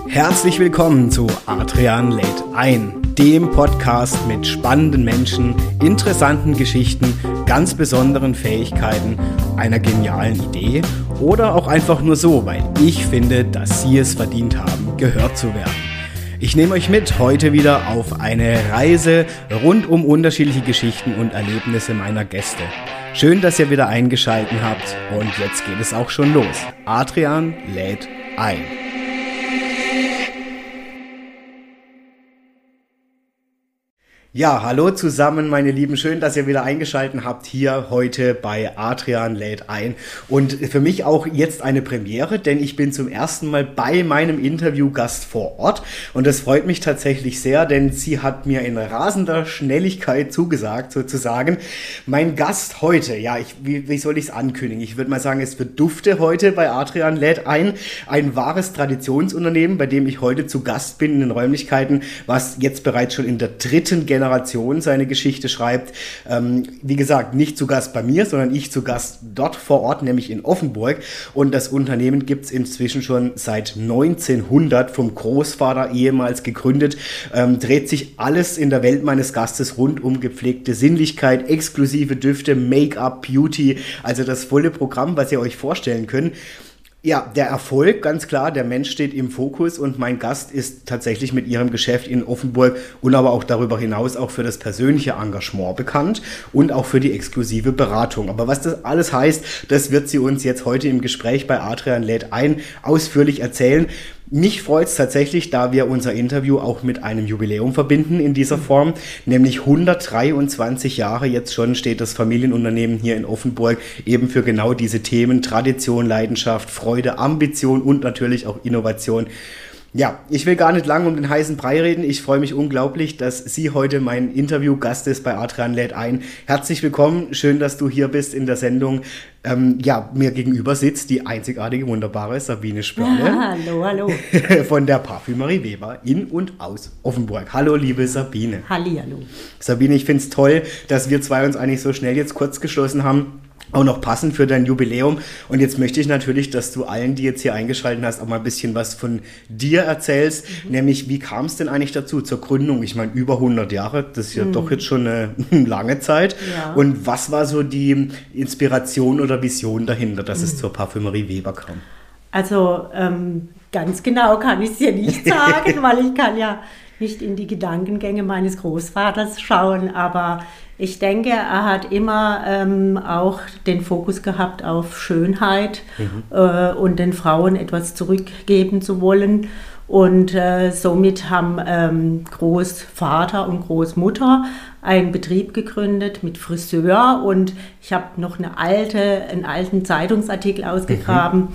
Herzlich willkommen zu Adrian lädt ein, dem Podcast mit spannenden Menschen, interessanten Geschichten, ganz besonderen Fähigkeiten, einer genialen Idee oder auch einfach nur so, weil ich finde, dass Sie es verdient haben, gehört zu werden. Ich nehme euch mit heute wieder auf eine Reise rund um unterschiedliche Geschichten und Erlebnisse meiner Gäste. Schön, dass ihr wieder eingeschaltet habt und jetzt geht es auch schon los. Adrian lädt ein. Ja, hallo zusammen, meine Lieben. Schön, dass ihr wieder eingeschaltet habt hier heute bei Adrian lädt ein. Und für mich auch jetzt eine Premiere, denn ich bin zum ersten Mal bei meinem Interviewgast vor Ort. Und das freut mich tatsächlich sehr, denn sie hat mir in rasender Schnelligkeit zugesagt, sozusagen. Mein Gast heute, ja, wie soll ich es ankündigen? Ich würde mal sagen, es wird Dufte heute bei Adrian lädt ein. Ein wahres Traditionsunternehmen, bei dem ich heute zu Gast bin in den Räumlichkeiten, was jetzt bereits schon in der dritten Generation seine Geschichte schreibt. Wie gesagt, nicht zu Gast bei mir, sondern ich zu Gast dort vor Ort, nämlich in Offenburg. Und das Unternehmen gibt es inzwischen schon seit 1900, vom Großvater ehemals gegründet. Dreht sich alles in der Welt meines Gastes rund um gepflegte Sinnlichkeit, exklusive Düfte, Make-up, Beauty, also das volle Programm, was ihr euch vorstellen könnt. Ja, der Erfolg, ganz klar, der Mensch steht im Fokus und mein Gast ist tatsächlich mit ihrem Geschäft in Offenburg und aber auch darüber hinaus auch für das persönliche Engagement bekannt und auch für die exklusive Beratung. Aber was das alles heißt, das wird sie uns jetzt heute im Gespräch bei Adrian lädt ein ausführlich erzählen. Mich freut es tatsächlich, da wir unser Interview auch mit einem Jubiläum verbinden in dieser Form, nämlich 123 Jahre jetzt schon steht das Familienunternehmen hier in Offenburg eben für genau diese Themen Tradition, Leidenschaft, Freude, Ambition und natürlich auch Innovation. Ja, ich will gar nicht lange um den heißen Brei reden. Ich freue mich unglaublich, dass sie heute mein Interviewgast ist bei Adrian lädt ein. Herzlich willkommen, schön, dass du hier bist in der Sendung. Mir gegenüber sitzt die einzigartige, wunderbare Sabine Spörle. Hallo. Von der Parfümerie Weber in und aus Offenburg. Hallo, liebe Sabine. Hallihallo. Sabine, ich finde es toll, dass wir zwei uns eigentlich so schnell jetzt kurz geschlossen haben. Auch noch passend für dein Jubiläum. Und jetzt möchte ich natürlich, dass du allen, die jetzt hier eingeschaltet hast, auch mal ein bisschen was von dir erzählst. Nämlich, wie kam es denn eigentlich dazu, zur Gründung? Ich meine, über 100 Jahre, das ist ja doch jetzt schon eine lange Zeit. Ja. Und was war so die Inspiration oder Vision dahinter, dass es zur Parfümerie Weber kam? Also ganz genau kann ich es dir nicht sagen, weil ich kann ja nicht in die Gedankengänge meines Großvaters schauen, aber ich denke, er hat immer auch den Fokus gehabt auf Schönheit und den Frauen etwas zurückgeben zu wollen. Und somit haben Großvater und Großmutter einen Betrieb gegründet mit Friseur. Und ich habe noch einen alten Zeitungsartikel ausgegraben,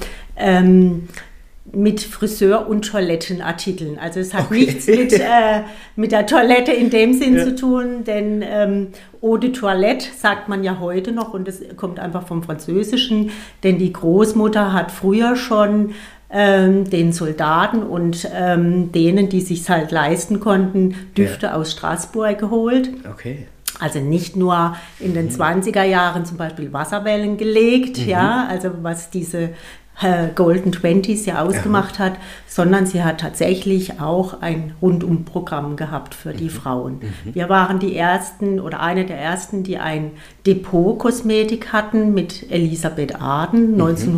mit Friseur- und Toilettenartikeln. Also es hat nichts mit der Toilette in dem Sinn zu tun, denn Eau de Toilette sagt man ja heute noch und das kommt einfach vom Französischen, denn die Großmutter hat früher schon den Soldaten und denen, die sich halt leisten konnten, Düfte aus Straßburg geholt. Okay. Also nicht nur in den 20er Jahren zum Beispiel Wasserwellen gelegt, ja, also was diese Golden Twenties ja ausgemacht hat, sondern sie hat tatsächlich auch ein Rundumprogramm gehabt für die Frauen. Wir waren die ersten oder eine der ersten, die ein Depot-Kosmetik hatten mit Elisabeth Arden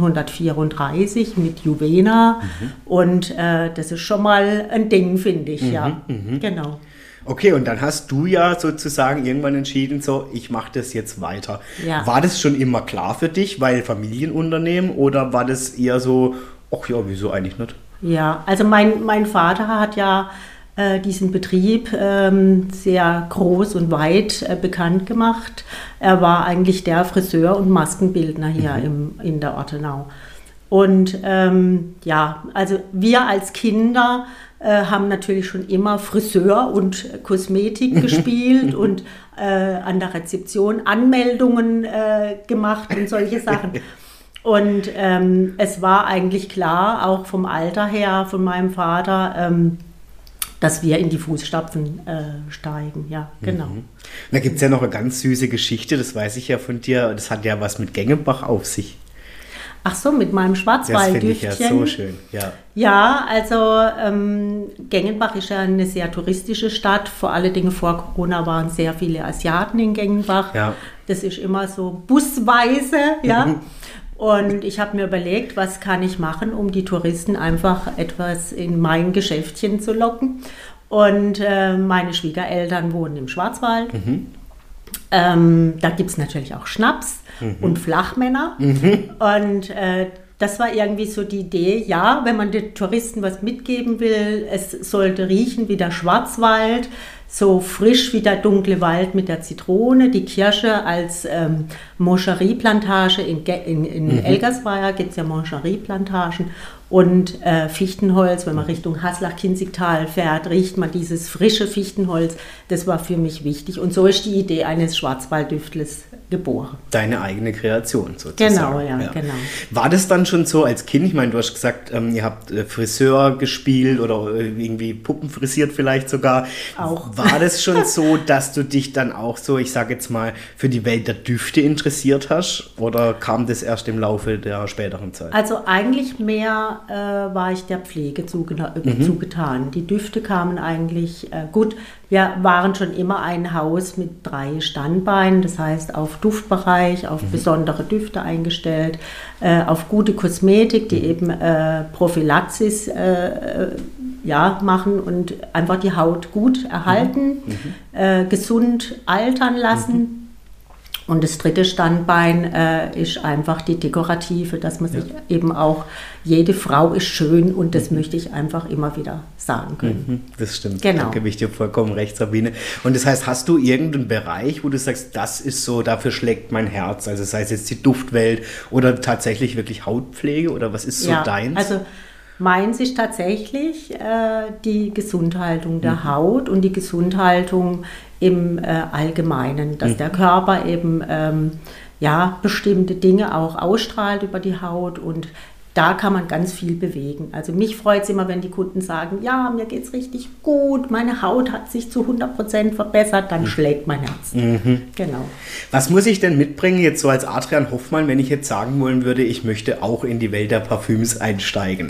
1934 mit Juvena und das ist schon mal ein Ding, finde ich, ja, genau. Okay, und dann hast du ja sozusagen irgendwann entschieden, so, ich mache das jetzt weiter. Ja. War das schon immer klar für dich, weil Familienunternehmen, oder war das eher so, ach ja, wieso eigentlich nicht? Ja, also mein Vater hat ja diesen Betrieb sehr groß und weit bekannt gemacht. Er war eigentlich der Friseur und Maskenbildner hier in der Ortenau. Und also wir als Kinder haben natürlich schon immer Friseur und Kosmetik gespielt und an der Rezeption Anmeldungen gemacht und solche Sachen. Und es war eigentlich klar, auch vom Alter her von meinem Vater, dass wir in die Fußstapfen steigen. Ja, genau. Da gibt es ja noch eine ganz süße Geschichte, das weiß ich ja von dir, das hat ja was mit Gengenbach auf sich. Ach so, mit meinem Das Schwarzwalddüftchen. finde ich ja so schön, ja. Ja, also Gengenbach ist ja eine sehr touristische Stadt. Vor allen Dingen vor Corona waren sehr viele Asiaten in Gengenbach. Ja. Das ist immer so busweise, ja. Und ich habe mir überlegt, was kann ich machen, um die Touristen einfach etwas in mein Geschäftchen zu locken. Und meine Schwiegereltern wohnen im Schwarzwald. Da gibt es natürlich auch Schnaps und Flachmänner. Und das war irgendwie so die Idee, ja, wenn man den Touristen was mitgeben will, es sollte riechen wie der Schwarzwald, so frisch wie der dunkle Wald mit der Zitrone, die Kirsche als Moncherieplantage in Elgersweier gibt es ja Moncherieplantagen und Fichtenholz, wenn man Richtung Haslach-Kinzigtal fährt, riecht man dieses frische Fichtenholz, das war für mich wichtig und so ist die Idee eines Schwarzwalddüftles geboren. Deine eigene Kreation sozusagen. Genau, ja, genau. War das dann schon so als Kind? Ich meine, du hast gesagt, ihr habt Friseur gespielt oder irgendwie Puppen frisiert vielleicht sogar. Auch. War das schon so, dass du dich dann auch so, ich sage jetzt mal, für die Welt der Düfte interessiert hast? Oder kam das erst im Laufe der späteren Zeit? Also eigentlich mehr war ich der Pflege zugetan. Die Düfte kamen eigentlich gut. Wir waren schon immer ein Haus mit 3 Standbeinen, das heißt auf Duftbereich, auf besondere Düfte eingestellt, auf gute Kosmetik, die eben Prophylaxis machen und einfach die Haut gut erhalten, gesund altern lassen. Und das 3. Standbein ist einfach die dekorative, dass man sich eben auch, jede Frau ist schön und das möchte ich einfach immer wieder sagen können. Das stimmt, genau. Da gebe ich dir vollkommen recht, Sabine. Und das heißt, hast du irgendeinen Bereich, wo du sagst, das ist so, dafür schlägt mein Herz, also sei es jetzt die Duftwelt oder tatsächlich wirklich Hautpflege oder was ist so deins? Also meins ist tatsächlich die Gesundhaltung der Haut und die Gesundhaltung im Allgemeinen, dass der Körper eben bestimmte Dinge auch ausstrahlt über die Haut und da kann man ganz viel bewegen. Also mich freut es immer, wenn die Kunden sagen, ja, mir geht es richtig gut, meine Haut hat sich zu 100% verbessert, dann schlägt mein Herz. Genau. Was muss ich denn mitbringen jetzt so als Adrian Hoffmann, wenn ich jetzt sagen wollen würde, ich möchte auch in die Welt der Parfüms einsteigen?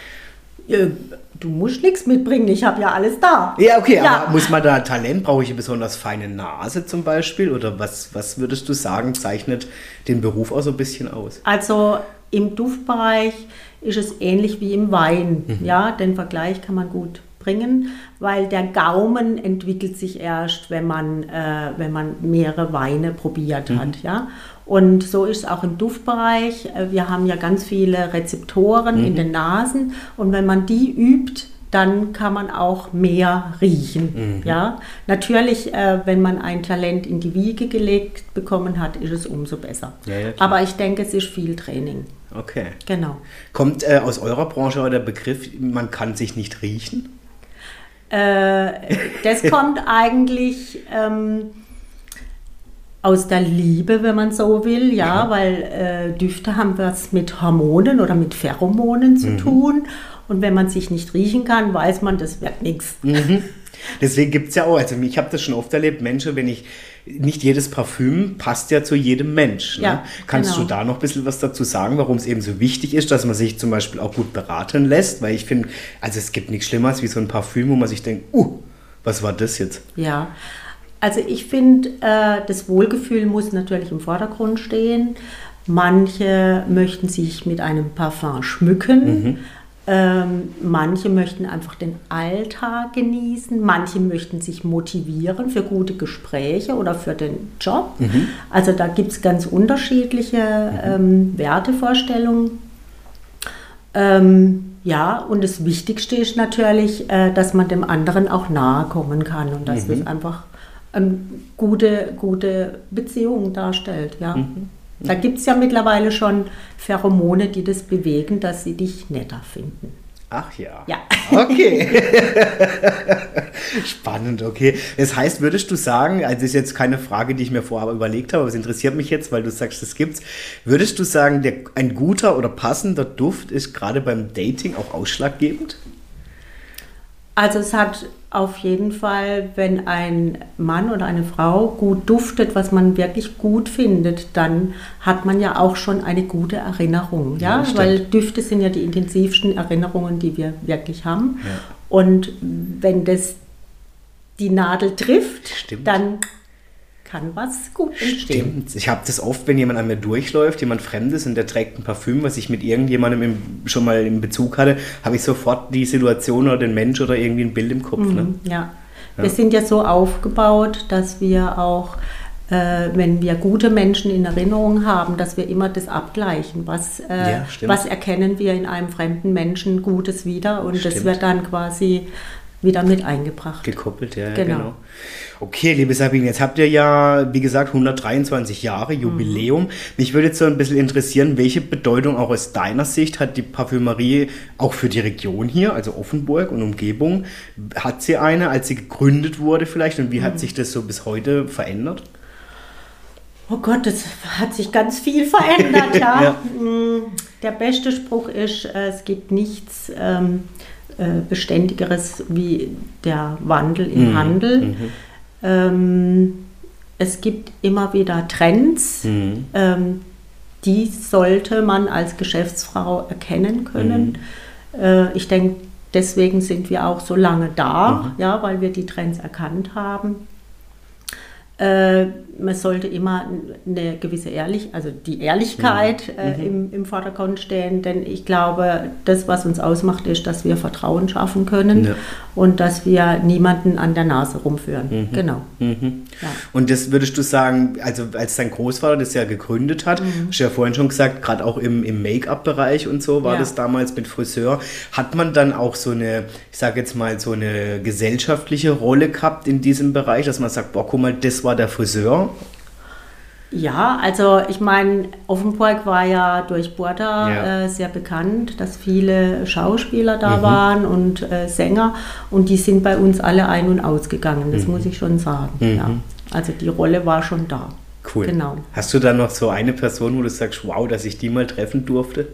Du musst nichts mitbringen, ich habe ja alles da. Ja, okay, aber muss man da Talent, brauche ich eine besonders feine Nase zum Beispiel? Oder was würdest du sagen, zeichnet den Beruf auch so ein bisschen aus? Also im Duftbereich ist es ähnlich wie im Wein. Ja, den Vergleich kann man gut bringen, weil der Gaumen entwickelt sich erst, wenn man mehrere Weine probiert hat. Ja? Und so ist es auch im Duftbereich. Wir haben ja ganz viele Rezeptoren in den Nasen und wenn man die übt, dann kann man auch mehr riechen. Ja? Natürlich, wenn man ein Talent in die Wiege gelegt bekommen hat, ist es umso besser. Ja, aber ich denke, es ist viel Training. Okay. Genau. Kommt aus eurer Branche auch der Begriff, man kann sich nicht riechen? Das kommt eigentlich aus der Liebe, wenn man so will, ja, weil Düfte haben was mit Hormonen oder mit Pheromonen zu tun. Und wenn man sich nicht riechen kann, weiß man, das wird nichts. Deswegen gibt es ja auch, also ich habe das schon oft erlebt, Menschen, nicht jedes Parfüm passt ja zu jedem Mensch. Ne? Ja, Kannst du da noch ein bisschen was dazu sagen, warum es eben so wichtig ist, dass man sich zum Beispiel auch gut beraten lässt? Weil ich finde, also es gibt nichts Schlimmeres wie so ein Parfüm, wo man sich denkt, was war das jetzt? Ja, also ich finde, das Wohlgefühl muss natürlich im Vordergrund stehen. Manche möchten sich mit einem Parfum schmücken. Manche möchten einfach den Alltag genießen, manche möchten sich motivieren für gute Gespräche oder für den Job. Also da gibt es ganz unterschiedliche Wertevorstellungen. Und das Wichtigste ist natürlich, dass man dem anderen auch nahe kommen kann und dass das einfach eine gute Beziehung darstellt. Ja. Da gibt es ja mittlerweile schon Pheromone, die das bewegen, dass sie dich netter finden. Ach ja. Ja. Okay. Spannend, okay. Das heißt, würdest du sagen, also das ist jetzt keine Frage, die ich mir vorher überlegt habe, aber es interessiert mich jetzt, weil du sagst, das gibt's. Würdest du sagen, ein guter oder passender Duft ist gerade beim Dating auch ausschlaggebend? Also es hat auf jeden Fall, wenn ein Mann oder eine Frau gut duftet, was man wirklich gut findet, dann hat man ja auch schon eine gute Erinnerung. Ja? Weil Düfte sind ja die intensivsten Erinnerungen, die wir wirklich haben. Ja. Und wenn das die Nadel trifft, dann kann was gut entstehen. Stimmt. Ich habe das oft, wenn jemand an mir durchläuft, jemand Fremdes und der trägt ein Parfüm, was ich mit irgendjemandem schon mal in Bezug hatte, habe ich sofort die Situation oder den Mensch oder irgendwie ein Bild im Kopf. Ne? Ja. Wir sind ja so aufgebaut, dass wir auch, wenn wir gute Menschen in Erinnerung haben, dass wir immer das abgleichen. Was erkennen wir in einem fremden Menschen Gutes wieder? Und das wird dann quasi wieder mit eingebracht. Gekoppelt, ja, genau. Okay, liebe Sabine, jetzt habt ihr ja, wie gesagt, 123 Jahre Jubiläum. Mich würde jetzt so ein bisschen interessieren, welche Bedeutung auch aus deiner Sicht hat die Parfümerie auch für die Region hier, also Offenburg und Umgebung? Hat sie eine, als sie gegründet wurde vielleicht, und wie hat sich das so bis heute verändert? Oh Gott, das hat sich ganz viel verändert, ja. Der beste Spruch ist, es gibt nichts Beständigeres wie der Wandel im Handel. Es gibt immer wieder Trends, die sollte man als Geschäftsfrau erkennen können. Ich denke, deswegen sind wir auch so lange da, ja, weil wir die Trends erkannt haben. Man sollte immer eine gewisse Ehrlichkeit im Vordergrund stehen, denn ich glaube, das, was uns ausmacht, ist, dass wir Vertrauen schaffen können und dass wir niemanden an der Nase rumführen. Genau. Ja. Und das würdest du sagen, also als dein Großvater das ja gegründet hat, hast du ja vorhin schon gesagt, gerade auch im Make-up-Bereich und so war das damals mit Friseur, hat man dann auch so eine, ich sage jetzt mal, so eine gesellschaftliche Rolle gehabt in diesem Bereich, dass man sagt, boah, guck mal, das war der Friseur? Ja, also ich meine, Offenburg war ja durch Burda sehr bekannt, dass viele Schauspieler da waren und Sänger, und die sind bei uns alle ein- und ausgegangen, das muss ich schon sagen. Ja. Also die Rolle war schon da. Cool. Genau. Hast du dann noch so eine Person, wo du sagst, wow, dass ich die mal treffen durfte?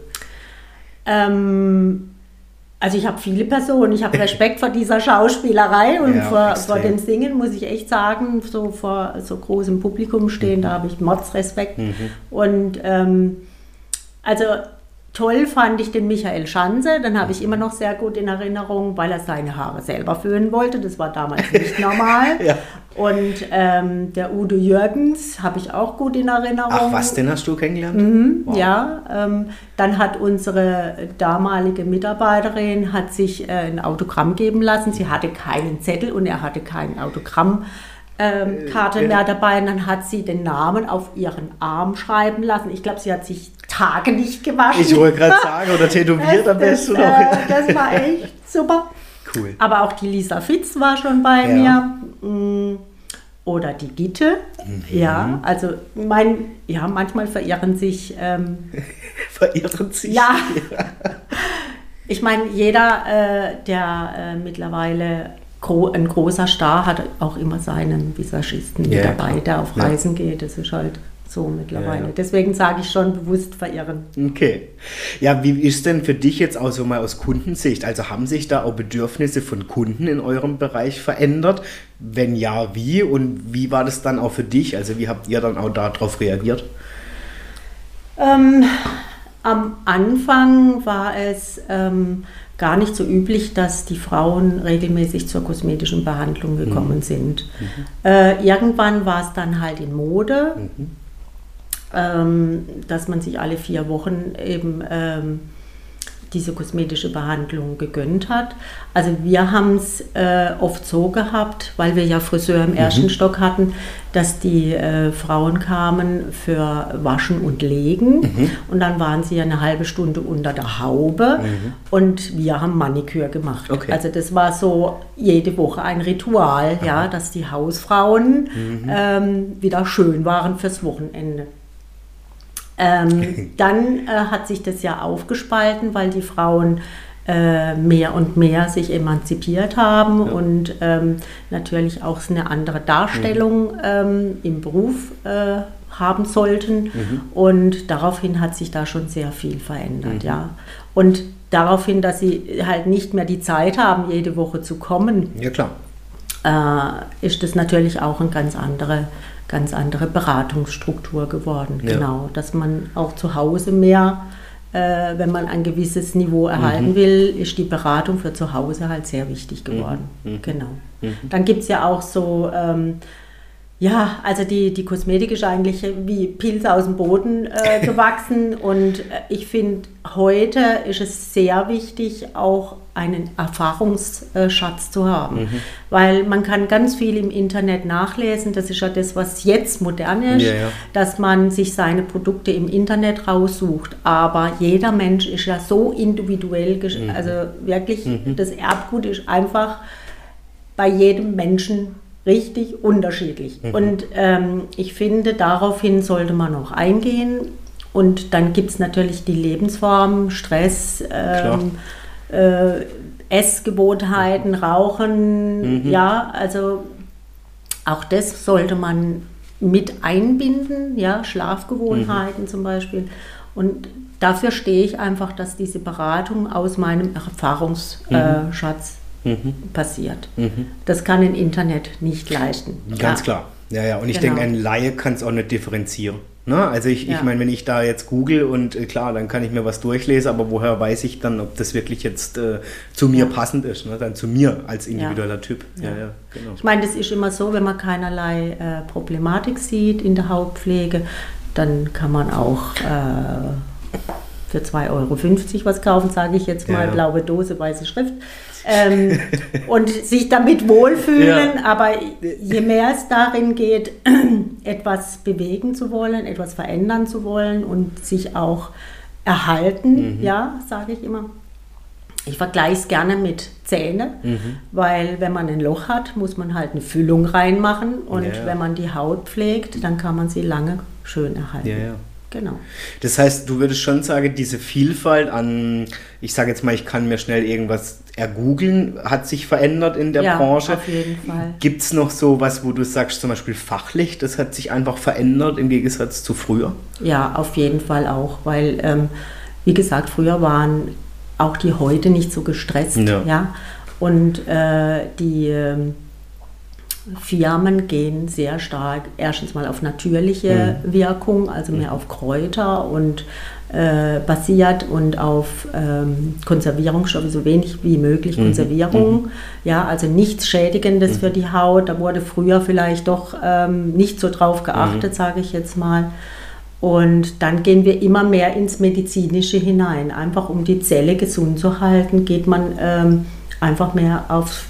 Also ich habe viele Personen, ich habe Respekt vor dieser Schauspielerei und vor dem Singen, muss ich echt sagen, so vor so großem Publikum stehen, da habe ich Mordsrespekt. Und also toll fand ich den Michael Schanze, den habe ich immer noch sehr gut in Erinnerung, weil er seine Haare selber föhnen wollte, das war damals nicht normal. Und der Udo Jürgens habe ich auch gut in Erinnerung. Ach was, den hast du kennengelernt? Wow. Ja, dann hat unsere damalige Mitarbeiterin hat sich ein Autogramm geben lassen. Sie hatte keinen Zettel und er hatte keine Autogrammkarte mehr dabei. Und dann hat sie den Namen auf ihren Arm schreiben lassen. Ich glaube, sie hat sich Tage nicht gewaschen. Ich wollte gerade sagen, oder tätowiert am besten noch. Das war echt super. Cool. Aber auch die Lisa Fitz war schon bei mir. Oder die Gitte. Ja, also manchmal verirren sich. Verirren sich? Ja. Ich meine, jeder, der mittlerweile ein großer Star hat, auch immer seinen Visagisten mit dabei, der auf Reisen geht. Das ist halt so mittlerweile. Deswegen sage ich schon bewusst verirren. Okay. Ja, wie ist denn für dich jetzt auch so mal aus Kundensicht? Also haben sich da auch Bedürfnisse von Kunden in eurem Bereich verändert? Wenn ja, wie? Und wie war das dann auch für dich? Also wie habt ihr dann auch darauf reagiert? Am Anfang war es gar nicht so üblich, dass die Frauen regelmäßig zur kosmetischen Behandlung gekommen sind. Irgendwann war es dann halt in Mode, dass man sich alle 4 Wochen eben diese kosmetische Behandlung gegönnt hat. Also wir haben es oft so gehabt, weil wir ja Friseur im ersten Stock hatten, dass die Frauen kamen für Waschen und Legen und dann waren sie ja eine halbe Stunde unter der Haube und wir haben Maniküre gemacht. Okay. Also das war so jede Woche ein Ritual, ja, dass die Hausfrauen wieder schön waren fürs Wochenende. Dann hat sich das ja aufgespalten, weil die Frauen mehr und mehr sich emanzipiert haben und natürlich auch eine andere Darstellung im Beruf haben sollten. Und daraufhin hat sich da schon sehr viel verändert. Ja. Und daraufhin, dass sie halt nicht mehr die Zeit haben, jede Woche zu kommen. Ja, klar. ist das natürlich auch eine ganz andere Beratungsstruktur geworden. Ja. Genau, dass man auch zu Hause mehr, wenn man ein gewisses Niveau erhalten will, ist die Beratung für zu Hause halt sehr wichtig geworden. Genau. Dann gibt es ja auch so, also die Kosmetik ist eigentlich wie Pilze aus dem Boden gewachsen und ich finde, heute ist es sehr wichtig, auch einen Erfahrungsschatz zu haben, weil man kann ganz viel im Internet nachlesen, das ist ja das, was jetzt modern ist, dass man sich seine Produkte im Internet raussucht, aber jeder Mensch ist ja so individuell, also wirklich, das Erbgut ist einfach bei jedem Menschen richtig unterschiedlich und ich finde, daraufhin sollte man auch eingehen und dann gibt es natürlich die Lebensform, Stress, Essgewohnheiten, Rauchen, also auch das sollte man mit einbinden, Schlafgewohnheiten zum Beispiel. Und dafür stehe ich einfach, dass diese Beratung aus meinem Erfahrungsschatz passiert. Das kann ein Internet nicht leisten. Ganz klar. Ja. Und ich denke, ein Laie kann es auch nicht differenzieren. Ne? Also ich meine, wenn ich da jetzt google und klar, dann kann ich mir was durchlesen, aber woher weiß ich dann, ob das wirklich jetzt zu mir passend ist, ne? Dann zu mir als individueller Typ. Genau. Ich meine, das ist immer so, wenn man keinerlei Problematik sieht in der Hautpflege, dann kann man auch für 2,50 Euro was kaufen, sage ich jetzt mal, blaue Dose, weiße Schrift. Und sich damit wohlfühlen, aber je mehr es darin geht, etwas bewegen zu wollen, etwas verändern zu wollen und sich auch erhalten, sage ich immer. Ich vergleiche es gerne mit Zähne, weil wenn man ein Loch hat, muss man halt eine Füllung reinmachen und wenn man die Haut pflegt, dann kann man sie lange schön erhalten. Genau. Das heißt, du würdest schon sagen, diese Vielfalt an, ich sage jetzt mal, ich kann mir schnell irgendwas ergoogeln, hat sich verändert in der Branche. Auf jeden Fall. Gibt es noch so was, wo du sagst, zum Beispiel fachlich, das hat sich einfach verändert im Gegensatz zu früher? Ja, auf jeden Fall auch, weil, wie gesagt, früher waren auch die Häute nicht so gestresst. Und die Firmen gehen sehr stark erstens mal auf natürliche Wirkung, also mehr auf Kräuter und basiert und auf Konservierungsstoffe, so wenig wie möglich Konservierung. Also nichts Schädigendes für die Haut. Da wurde früher vielleicht doch nicht so drauf geachtet, sage ich jetzt mal. Und dann gehen wir immer mehr ins Medizinische hinein. Einfach um die Zelle gesund zu halten, geht man einfach mehr auf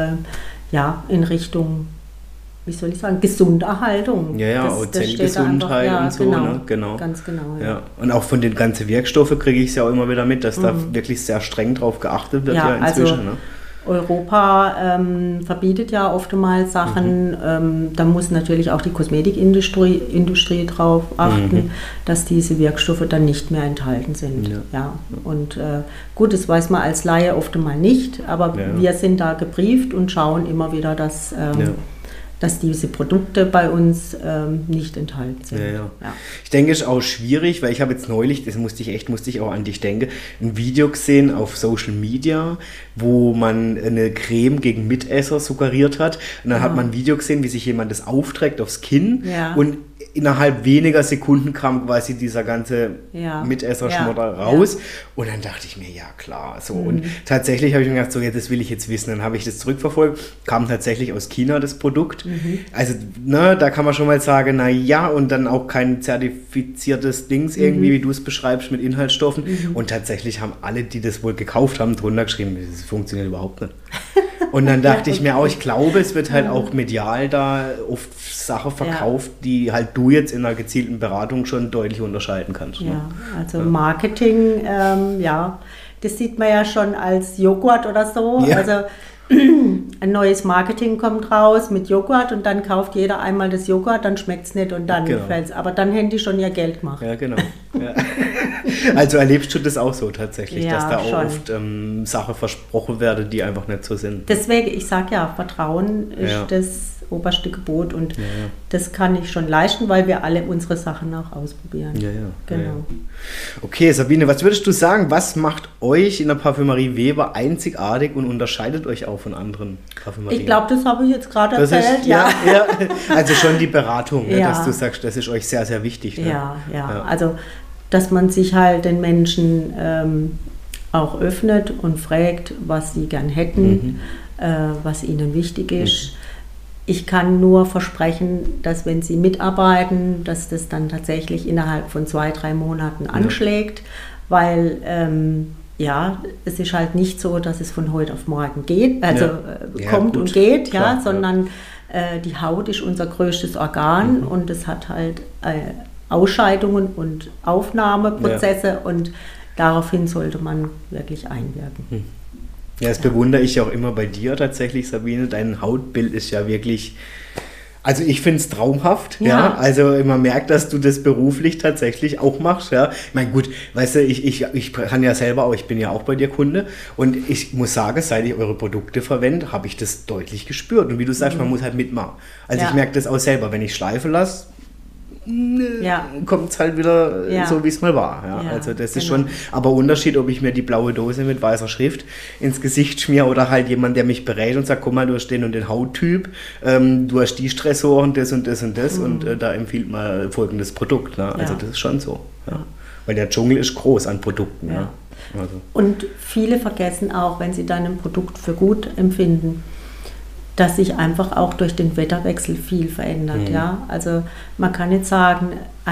in Richtung, wie soll ich sagen, Gesunderhaltung. Zellgesundheit und so. Genau, ne? Genau. Ganz genau. Ja. Und auch von den ganzen Wirkstoffen kriege ich es ja auch immer wieder mit, dass da wirklich sehr streng drauf geachtet wird inzwischen. Also Europa verbietet ja oftmals Sachen, da muss natürlich auch die Kosmetikindustrie drauf achten, dass diese Wirkstoffe dann nicht mehr enthalten sind. Und gut, das weiß man als Laie oft mal nicht, aber wir sind da gebrieft und schauen immer wieder, dass diese Produkte bei uns nicht enthalten sind. Ich denke, es ist auch schwierig, weil ich habe jetzt neulich, das musste ich auch an dich denken, ein Video gesehen auf Social Media, wo man eine Creme gegen Mitesser suggeriert hat. Und dann hat man ein Video gesehen, wie sich jemand das aufträgt aufs Kinn und innerhalb weniger Sekunden kam quasi dieser ganze Mitesser-Schmodder raus. Und dann dachte ich mir, ja klar. So. Und tatsächlich habe ich mir gedacht, so, das will ich jetzt wissen. Dann habe ich das zurückverfolgt. Kam tatsächlich aus China das Produkt. Also, da kann man schon mal sagen, und dann auch kein zertifiziertes Dings irgendwie, wie du es beschreibst, mit Inhaltsstoffen. Und tatsächlich haben alle, die das wohl gekauft haben, drunter geschrieben, das funktioniert überhaupt nicht. Und dann dachte ich mir auch, ich glaube, es wird halt auch medial da oft Sachen verkauft, die halt du jetzt in einer gezielten Beratung schon deutlich unterscheiden kannst. Ne? Also Marketing, das sieht man ja schon als Joghurt oder so. Also ein neues Marketing kommt raus mit Joghurt und dann kauft jeder einmal das Joghurt, dann schmeckt es nicht und dann fällt es. Aber dann hätten die schon ihr Geld gemacht. Ja, genau. Also erlebst du das auch so tatsächlich, dass da auch oft Sachen versprochen werden, die einfach nicht so sind? Deswegen, ich sage Vertrauen ist das oberste Gebot und das kann ich schon leisten, weil wir alle unsere Sachen auch ausprobieren. Genau. Okay, Sabine, was würdest du sagen, was macht euch in der Parfümerie Weber einzigartig und unterscheidet euch auch auch von anderen Parfümerien. Ich glaube, das habe ich jetzt gerade Das erzählt, ist, ja. Also schon die Beratung, ne, Ja. dass du sagst, das ist euch sehr, sehr wichtig. Ne? Ja. Also, dass man sich halt den Menschen auch öffnet und fragt, was sie gern hätten, was ihnen wichtig ist. Ich kann nur versprechen, dass wenn sie mitarbeiten, dass das dann tatsächlich innerhalb von 2-3 Monaten anschlägt, weil es ist halt nicht so, dass es von heute auf morgen geht, kommt gut. und geht, Klar, sondern die Haut ist unser größtes Organ und es hat halt Ausscheidungen und Aufnahmeprozesse und daraufhin sollte man wirklich einwirken. Ja, das bewundere ich ja auch immer bei dir tatsächlich, Sabine. Dein Hautbild ist ja wirklich, also ich finde es traumhaft. Ja. Also man merkt, dass du das beruflich tatsächlich auch machst. Ja. Ich meine, gut, weißt du, ich kann ja selber auch, ich bin ja auch bei dir Kunde und ich muss sagen, seit ich eure Produkte verwende, habe ich das deutlich gespürt. Und wie du sagst, man muss halt mitmachen. Also ich merke das auch selber, wenn ich schleifen lasse, kommt es halt wieder so, wie es mal war. Ja. Also das ist schon aber Unterschied, ob ich mir die blaue Dose mit weißer Schrift ins Gesicht schmiere oder halt jemand, der mich berät und sagt, guck mal, du hast den und den Hauttyp, du hast die Stressoren, das und das und das und da empfiehlt mal folgendes Produkt. Ne? Also das ist schon so. Ja. Weil der Dschungel ist groß an Produkten. Ja. Also. Und viele vergessen auch, wenn sie dann ein Produkt für gut empfinden, dass sich einfach auch durch den Wetterwechsel viel verändert. Ja? Also man kann nicht sagen,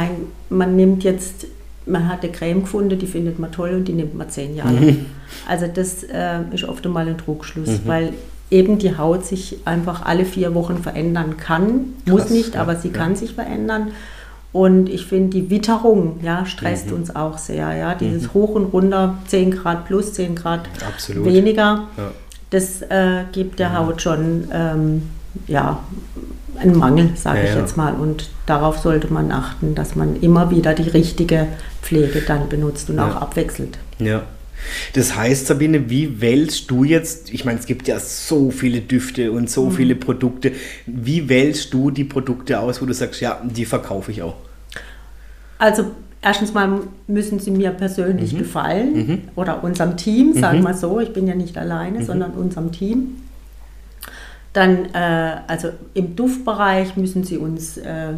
man hat eine Creme gefunden, die findet man toll und die nimmt man 10 Jahre. Also das ist oft einmal ein Trugschluss, weil eben die Haut sich einfach alle 4 Wochen verändern kann. Muss nicht, aber sie kann sich verändern. Und ich finde, die Witterung stresst uns auch sehr. Ja? Dieses Hoch und runter, 10 Grad plus, 10 Grad weniger. Ja. Das gibt der Haut schon einen Mangel, sage ich jetzt mal. Und darauf sollte man achten, dass man immer wieder die richtige Pflege dann benutzt und auch abwechselt. Ja. Das heißt, Sabine, wie wählst du jetzt, ich meine, es gibt ja so viele Düfte und so viele Produkte, wie wählst du die Produkte aus, wo du sagst, ja, die verkaufe ich auch? Also erstens mal müssen sie mir persönlich gefallen oder unserem Team, sagen wir so. Ich bin ja nicht alleine, sondern unserem Team. Dann, also im Duftbereich müssen sie uns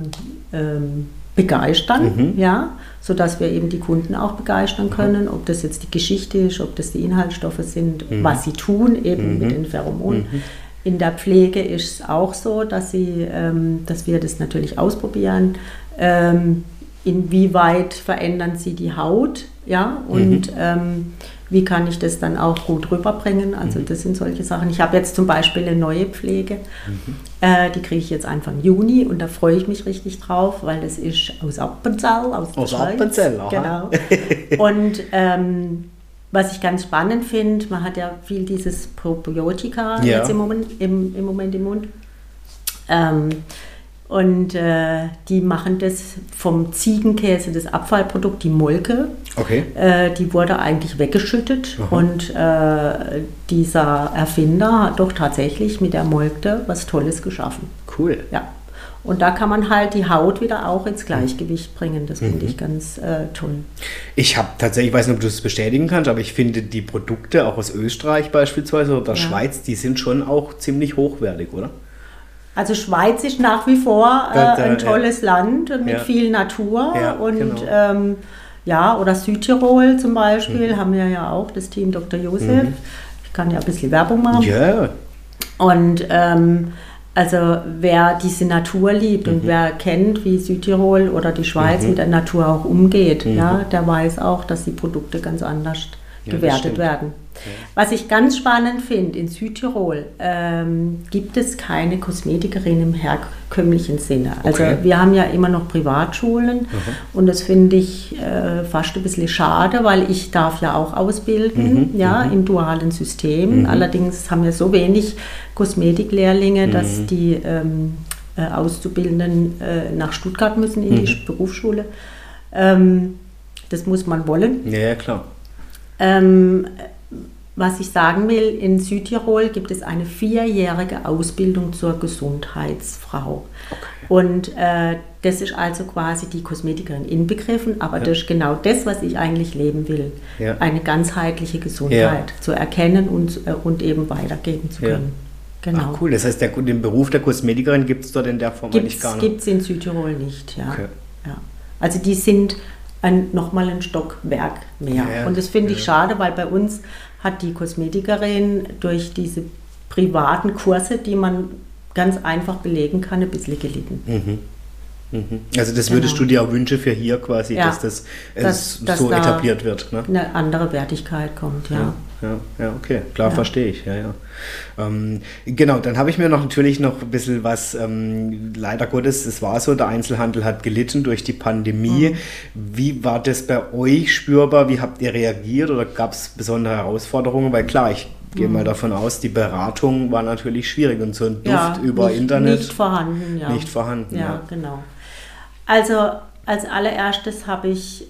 begeistern, sodass wir eben die Kunden auch begeistern können, ob das jetzt die Geschichte ist, ob das die Inhaltsstoffe sind, was sie tun, eben mit den Pheromonen. In der Pflege ist es auch so, dass wir das natürlich ausprobieren. Inwieweit verändern sie die Haut, und wie kann ich das dann auch gut rüberbringen, also das sind solche Sachen. Ich habe jetzt zum Beispiel eine neue Pflege, die kriege ich jetzt Anfang Juni und da freue ich mich richtig drauf, weil das ist aus Appenzell, aus Appenzell, genau. Und was ich ganz spannend finde, man hat ja viel dieses Probiotika jetzt im Moment im Mund. Und die machen das vom Ziegenkäse, das Abfallprodukt, die Molke. Okay. Die wurde eigentlich weggeschüttet. Und dieser Erfinder hat doch tatsächlich mit der Molke was Tolles geschaffen. Cool. Ja. Und da kann man halt die Haut wieder auch ins Gleichgewicht bringen. Das finde ich ganz toll. Ich habe tatsächlich, ich weiß nicht, ob du das bestätigen kannst, aber ich finde die Produkte auch aus Österreich beispielsweise oder der Schweiz, die sind schon auch ziemlich hochwertig, oder? Also Schweiz ist nach wie vor ein tolles Land mit viel Natur und oder Südtirol zum Beispiel haben wir ja auch das Team Dr. Josef. Ich kann ja ein bisschen Werbung machen. Ja. Und also wer diese Natur liebt und wer kennt, wie Südtirol oder die Schweiz mit der Natur auch umgeht, der weiß auch, dass die Produkte ganz anders gewertet werden. Ja. Was ich ganz spannend finde, in Südtirol gibt es keine Kosmetikerin im herkömmlichen Sinne. Also wir haben ja immer noch Privatschulen und das finde ich fast ein bisschen schade, weil ich darf ja auch ausbilden, im dualen System. Allerdings haben wir so wenig Kosmetiklehrlinge, dass die Auszubildenden nach Stuttgart müssen in die Berufsschule. Das muss man wollen. Ja, klar. was ich sagen will, in Südtirol gibt es eine 4-jährige Ausbildung zur Gesundheitsfrau. Okay. Und das ist also quasi die Kosmetikerin inbegriffen, aber das ist genau das, was ich eigentlich leben will. Ja. Eine ganzheitliche Gesundheit zu erkennen und eben weitergeben zu können. Genau. Ach, cool, das heißt, den Beruf der Kosmetikerin gibt es dort in der Form eigentlich gar nicht? Gibt es in Südtirol nicht, ja. Okay. Ja. Also die sind nochmal ein Stockwerk mehr. Ja, und das finde ich schade, weil bei uns hat die Kosmetikerin durch diese privaten Kurse, die man ganz einfach belegen kann, ein bisschen gelitten. Also das würdest du dir auch wünschen für hier quasi, dass das so etabliert wird. Ne? Eine andere Wertigkeit kommt, ja, okay, klar, verstehe ich. Genau, dann habe ich mir natürlich noch ein bisschen was, leider Gottes, es war so, der Einzelhandel hat gelitten durch die Pandemie. Wie war das bei euch spürbar? Wie habt ihr reagiert oder gab es besondere Herausforderungen? Weil klar, ich gehe mal davon aus, die Beratung war natürlich schwierig und so ein Duft über Internet. Nicht vorhanden, Nicht vorhanden, ja. Genau. Also als allererstes habe ich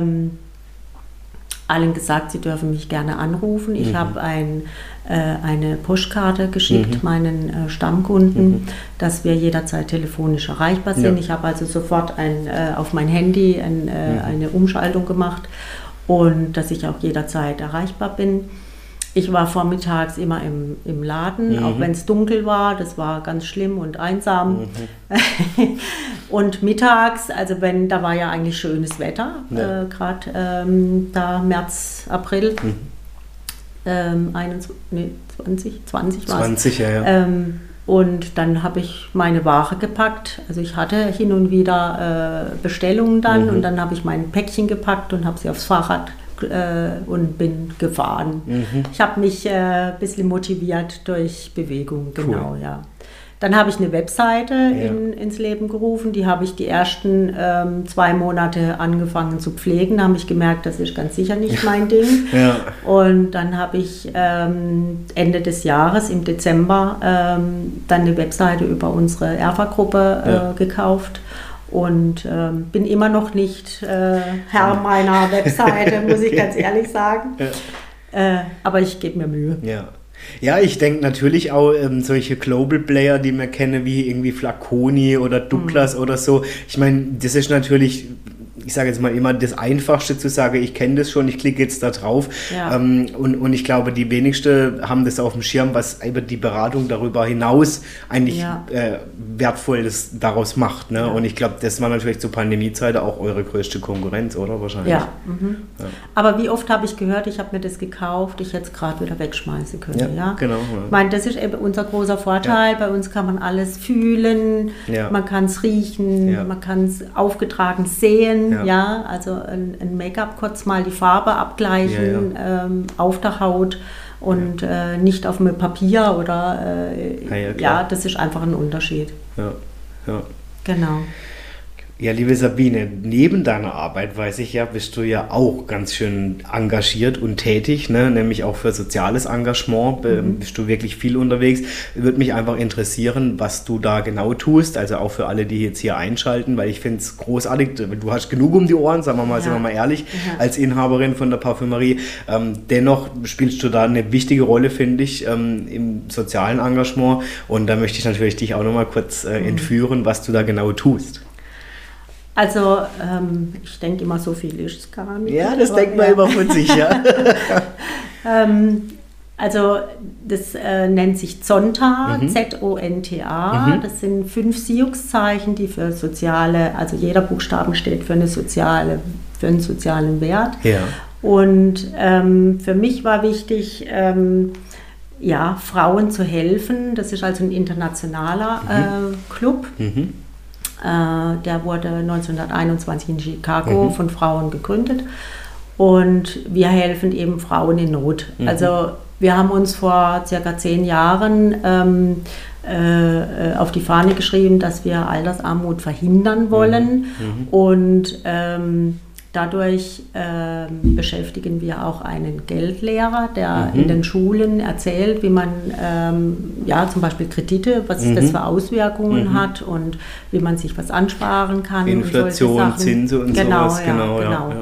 allen gesagt, sie dürfen mich gerne anrufen. Ich habe eine Postkarte geschickt, meinen Stammkunden, dass wir jederzeit telefonisch erreichbar sind. Ich habe also sofort auf mein Handy eine Umschaltung gemacht und dass ich auch jederzeit erreichbar bin. Ich war vormittags immer im Laden, auch wenn es dunkel war. Das war ganz schlimm und einsam. Und mittags, also da war ja eigentlich schönes Wetter, gerade da März, April, 20 war es. 20, ja. Und dann habe ich meine Ware gepackt. Also ich hatte hin und wieder Bestellungen dann und dann habe ich mein Päckchen gepackt und habe sie aufs Fahrrad und bin gefahren. Ich habe mich ein bisschen motiviert durch Bewegung, genau, ja. Dann habe ich eine Webseite ins Leben gerufen, die habe ich die ersten 2 Monate angefangen zu pflegen, da habe ich gemerkt, das ist ganz sicher nicht mein Ding. Und dann habe ich Ende des Jahres, im Dezember, dann eine Webseite über unsere Erfa-Gruppe gekauft. Und bin immer noch nicht Herr meiner Webseite, muss ich ganz ehrlich sagen. Aber ich gebe mir Mühe. Ja, ich denke natürlich auch solche Global Player, die man kenne, wie irgendwie Flaconi oder Douglas oder so. Ich meine, das ist natürlich, ich sage jetzt mal immer, das Einfachste zu sagen, ich kenne das schon, ich klicke jetzt da drauf. Und ich glaube, die wenigsten haben das auf dem Schirm, was über die Beratung darüber hinaus eigentlich Wertvolles daraus macht. Ne? Und ich glaube, das war natürlich zur Pandemiezeiten auch eure größte Konkurrenz, oder? Wahrscheinlich. Aber wie oft habe ich gehört, ich habe mir das gekauft, ich hätte es gerade wieder wegschmeißen können. Ja, genau. Ich meine, das ist eben unser großer Vorteil. Bei uns kann man alles fühlen, man kann es riechen, man kann es aufgetragen sehen. Also ein Make-up kurz mal die Farbe abgleichen auf der Haut und nicht auf einem Papier oder das ist einfach ein Unterschied. Genau. Ja, liebe Sabine, neben deiner Arbeit, weiß ich ja, bist du ja auch ganz schön engagiert und tätig, ne? Nämlich auch für soziales Engagement, bist du wirklich viel unterwegs. Würde mich einfach interessieren, was du da genau tust, also auch für alle, die jetzt hier einschalten, weil ich finde es großartig, du hast genug um die Ohren, sagen wir mal, sind wir mal ehrlich, als Inhaberin von der Parfümerie. Dennoch spielst du da eine wichtige Rolle, finde ich, im sozialen Engagement, und da möchte ich natürlich dich auch nochmal kurz entführen, was du da genau tust. Also, ich denke immer, so viel ist es gar nicht. Ja, das denkt man immer von sich, ja. Also, das nennt sich Zonta, Z-O-N-T-A. Das sind 5 Siux-Zeichen, die für soziale, also jeder Buchstaben steht für einen sozialen Wert. Und für mich war wichtig, Frauen zu helfen. Das ist also ein internationaler Club. Der wurde 1921 in Chicago von Frauen gegründet, und wir helfen eben Frauen in Not. Also wir haben uns vor circa 10 Jahren auf die Fahne geschrieben, dass wir Altersarmut verhindern wollen, und dadurch beschäftigen wir auch einen Geldlehrer, der in den Schulen erzählt, wie man zum Beispiel Kredite, was das für Auswirkungen hat und wie man sich was ansparen kann. Inflation, und solche Sachen. Zinsen und genau, sowas. Genau.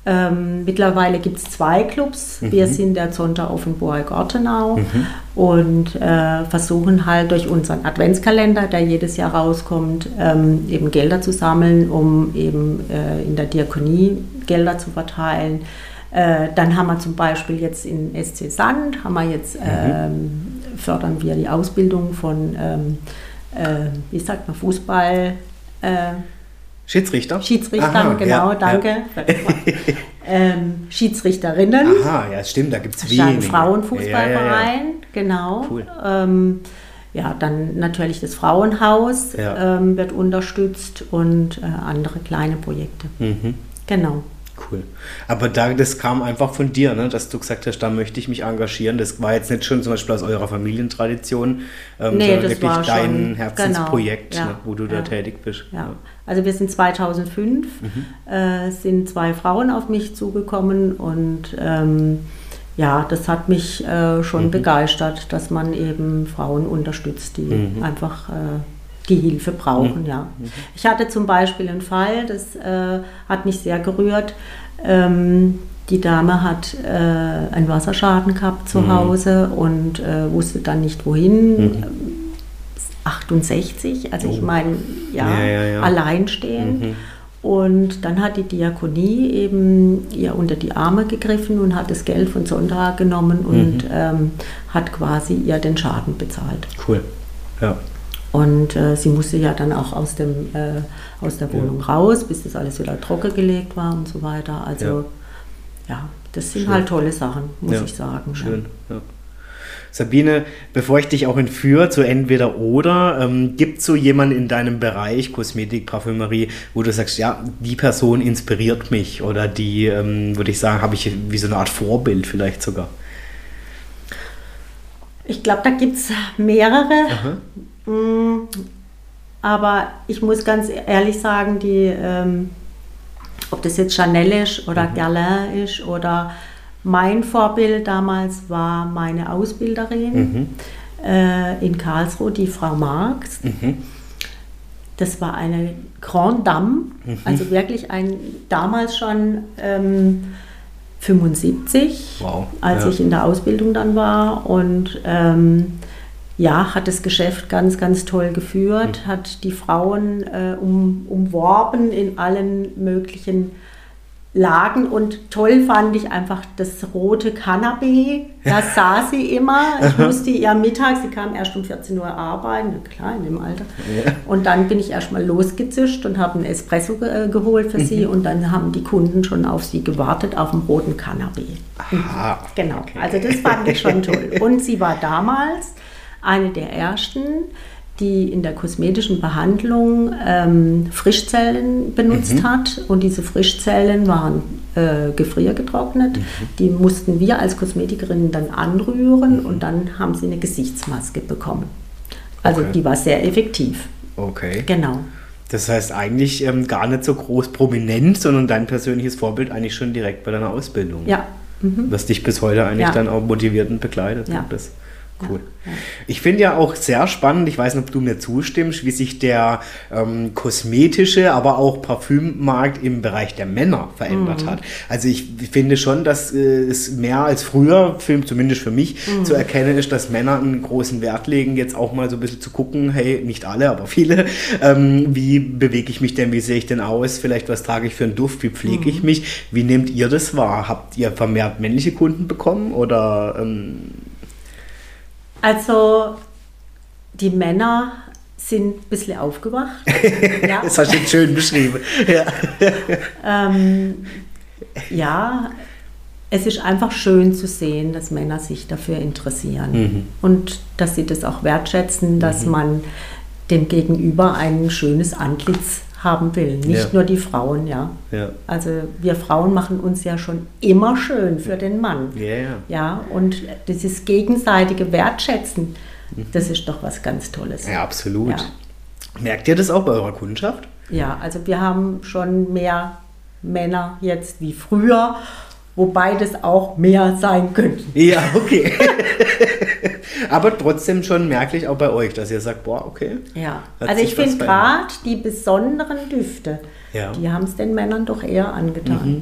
Mittlerweile gibt es 2 Clubs. Wir sind der Zonta Offenburg Ortenau und versuchen halt durch unseren Adventskalender, der jedes Jahr rauskommt, eben Gelder zu sammeln, um eben in der Diakonie Gelder zu verteilen. Dann haben wir zum Beispiel jetzt in SC Sand, fördern wir die Ausbildung von, wie sagt man, Fußball... Schiedsrichtern, aha, genau, ja, danke. Ja. Schiedsrichterinnen. Aha, ja, stimmt, da gibt es wenige. Ein Frauenfußballverein, genau. Cool. Ja, dann natürlich das Frauenhaus wird unterstützt und andere kleine Projekte. Genau. Cool. Aber das kam einfach von dir, ne? Dass du gesagt hast, da möchte ich mich engagieren. Das war jetzt nicht schon zum Beispiel aus eurer Familientradition, sondern wirklich war dein Herzensprojekt, genau, ne? Wo du da tätig bist. Ja. Also wir sind 2005, sind 2 Frauen auf mich zugekommen und das hat mich schon begeistert, dass man eben Frauen unterstützt, die einfach... die Hilfe brauchen, ja. Ich hatte zum Beispiel einen Fall, das hat mich sehr gerührt. Die Dame hat einen Wasserschaden gehabt zu Hause und wusste dann nicht wohin. 68, also ich meine, alleinstehend. Und dann hat die Diakonie eben ihr unter die Arme gegriffen und hat das Geld von Sonntag genommen und hat quasi ihr den Schaden bezahlt. Cool, ja. Und sie musste ja dann auch aus der Wohnung raus, bis das alles wieder trockengelegt war und so weiter. Also das sind halt tolle Sachen, muss ich sagen. Schön, ja. Sabine, bevor ich dich auch entführe zu entweder oder, gibt es so jemanden in deinem Bereich Kosmetik, Parfümerie, wo du sagst, ja, die Person inspiriert mich oder die, würde ich sagen, habe ich wie so eine Art Vorbild vielleicht sogar? Ich glaube, da gibt es mehrere. Aber ich muss ganz ehrlich sagen, ob das jetzt Chanel ist oder Guerlain ist oder mein Vorbild damals war meine Ausbilderin in Karlsruhe, die Frau Marx. Das war eine Grande Dame, also wirklich damals schon 75, als ich in der Ausbildung dann war und hat das Geschäft ganz, ganz toll geführt, hat die Frauen umworben in allen möglichen Lagen und toll fand ich einfach das rote Kanapee, da saß sie immer, ich musste ihr mittags, sie kam erst um 14 Uhr arbeiten, klar in dem Alter, und dann bin ich erst mal losgezischt und habe einen Espresso geholt für sie und dann haben die Kunden schon auf sie gewartet, auf dem roten Kanapee. Aha, genau, okay. Also das fand ich schon toll und sie war damals eine der ersten, die in der kosmetischen Behandlung Frischzellen benutzt hat. Und diese Frischzellen waren gefriergetrocknet. Die mussten wir als Kosmetikerinnen dann anrühren und dann haben sie eine Gesichtsmaske bekommen. Also die war sehr effektiv. Okay. Genau. Das heißt eigentlich gar nicht so groß prominent, sondern dein persönliches Vorbild eigentlich schon direkt bei deiner Ausbildung. Ja. Was dich bis heute eigentlich dann auch motiviert und begleitet. Ja. Das cool. Ja. Ich finde ja auch sehr spannend, ich weiß nicht, ob du mir zustimmst, wie sich der kosmetische, aber auch Parfümmarkt im Bereich der Männer verändert hat. Also ich finde schon, dass es mehr als früher, zumindest für mich, zu erkennen ist, dass Männer einen großen Wert legen, jetzt auch mal so ein bisschen zu gucken, hey, nicht alle, aber viele, wie bewege ich mich denn, wie sehe ich denn aus, vielleicht was trage ich für einen Duft, wie pflege ich mich, wie nehmt ihr das wahr? Habt ihr vermehrt männliche Kunden bekommen oder... Also, die Männer sind ein bisschen aufgewacht. Ja. Das hast du jetzt schön beschrieben. Ja. Es ist einfach schön zu sehen, dass Männer sich dafür interessieren und dass sie das auch wertschätzen, dass man dem Gegenüber ein schönes Antlitz haben will. Nicht nur die Frauen, Also wir Frauen machen uns ja schon immer schön für den Mann. Ja, und dieses gegenseitige Wertschätzen, das ist doch was ganz Tolles. Ja, absolut. Ja. Merkt ihr das auch bei eurer Kundschaft? Ja, also wir haben schon mehr Männer jetzt wie früher, wobei das auch mehr sein könnte. Ja, okay. Aber trotzdem schon merklich auch bei euch, dass ihr sagt, boah, okay. Ja, also ich finde gerade die besonderen Düfte, die haben es den Männern doch eher angetan.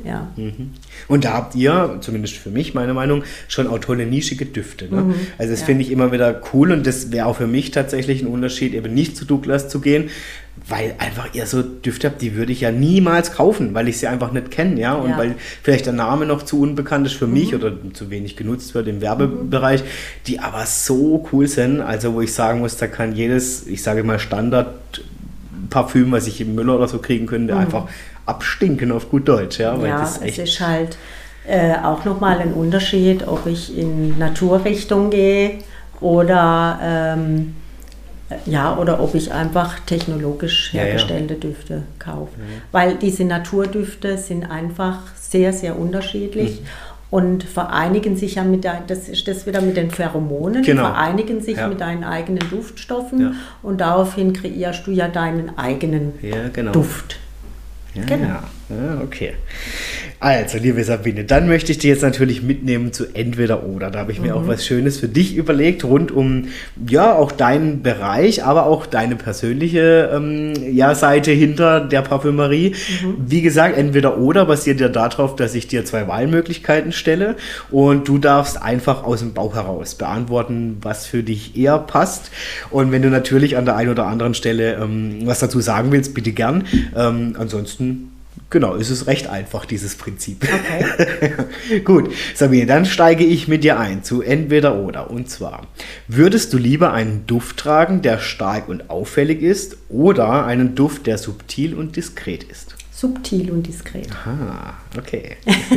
Ja. Und da habt ihr, zumindest für mich, meine Meinung, schon auch tolle nischige Düfte. Ne? Also das finde ich immer wieder cool und das wäre auch für mich tatsächlich ein Unterschied, eben nicht zu Douglas zu gehen, weil einfach ihr so Düfte habt, die würde ich ja niemals kaufen, weil ich sie einfach nicht kenne, ja, und weil vielleicht der Name noch zu unbekannt ist für mich oder zu wenig genutzt wird im Werbebereich, die aber so cool sind, also wo ich sagen muss, da kann jedes, ich sage mal Standard-Parfüm, was ich im Müller oder so kriegen könnte, einfach abstinken auf gut Deutsch, ja, weil das echt... Es ist halt auch nochmal ein Unterschied, ob ich in Naturrichtung gehe oder oder ob ich einfach technologisch hergestellte Düfte kaufe. Weil diese Naturdüfte sind einfach sehr, sehr unterschiedlich und vereinigen sich ja das ist das wieder mit den Pheromonen, vereinigen sich mit deinen eigenen Duftstoffen und daraufhin kreierst du ja deinen eigenen Duft. Ja, genau. Ja, okay. Also, liebe Sabine, dann möchte ich dich jetzt natürlich mitnehmen zu Entweder oder. Da habe ich mir auch was Schönes für dich überlegt, rund um, auch deinen Bereich, aber auch deine persönliche Seite hinter der Parfümerie. Wie gesagt, Entweder oder basiert ja darauf, dass ich dir 2 Wahlmöglichkeiten stelle und du darfst einfach aus dem Bauch heraus beantworten, was für dich eher passt. Und wenn du natürlich an der einen oder anderen Stelle was dazu sagen willst, bitte gern. Ansonsten genau, ist es recht einfach, dieses Prinzip. Okay. Gut, Sabine, dann steige ich mit dir ein zu Entweder oder. Und zwar, würdest du lieber einen Duft tragen, der stark und auffällig ist, oder einen Duft, der subtil und diskret ist? Subtil und diskret. Aha, okay.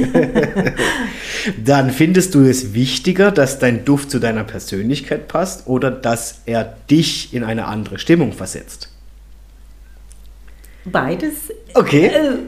Dann findest du es wichtiger, dass dein Duft zu deiner Persönlichkeit passt oder dass er dich in eine andere Stimmung versetzt? Beides. Okay.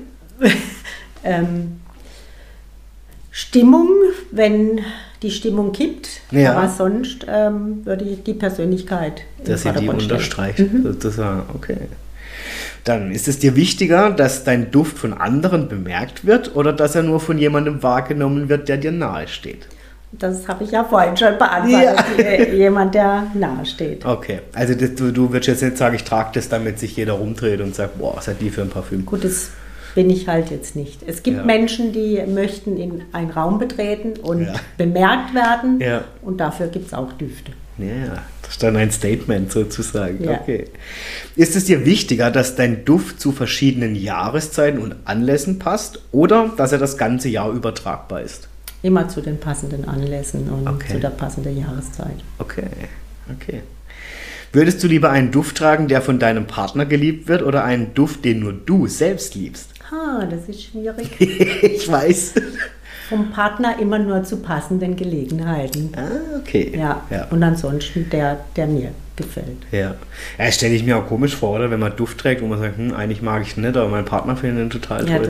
Stimmung, wenn die Stimmung kippt, Ja. aber sonst würde ich die Persönlichkeit Dass sie die Vordergrund stellen. unterstreicht. Sozusagen. Okay. Dann ist es dir wichtiger, dass dein Duft von anderen bemerkt wird oder dass er nur von jemandem wahrgenommen wird, der dir nahe steht? Das habe ich ja vorhin schon beantwortet. Jemand, der nahe steht. Okay, also du würdest jetzt nicht sagen, ich trage das, damit sich jeder rumdreht und sagt, boah, was hat die für ein Parfüm? Gut, das bin ich halt jetzt nicht. Es gibt Menschen, die möchten in einen Raum betreten und bemerkt werden und dafür gibt es auch Düfte. Ja, das ist dann ein Statement sozusagen. Ja. Okay. Ist es dir wichtiger, dass dein Duft zu verschiedenen Jahreszeiten und Anlässen passt oder dass er das ganze Jahr übertragbar ist? Immer zu den passenden Anlässen und zu der passenden Jahreszeit. Okay. Würdest du lieber einen Duft tragen, der von deinem Partner geliebt wird oder einen Duft, den nur du selbst liebst? Das ist schwierig. Ich weiß. Vom Partner immer nur zu passenden Gelegenheiten. Okay. Ja. Und ansonsten der mir gefällt. Ja, stelle ich mir auch komisch vor, oder? Wenn man Duft trägt, wo man sagt, eigentlich mag ich ihn nicht, aber mein Partner findet ihn total toll.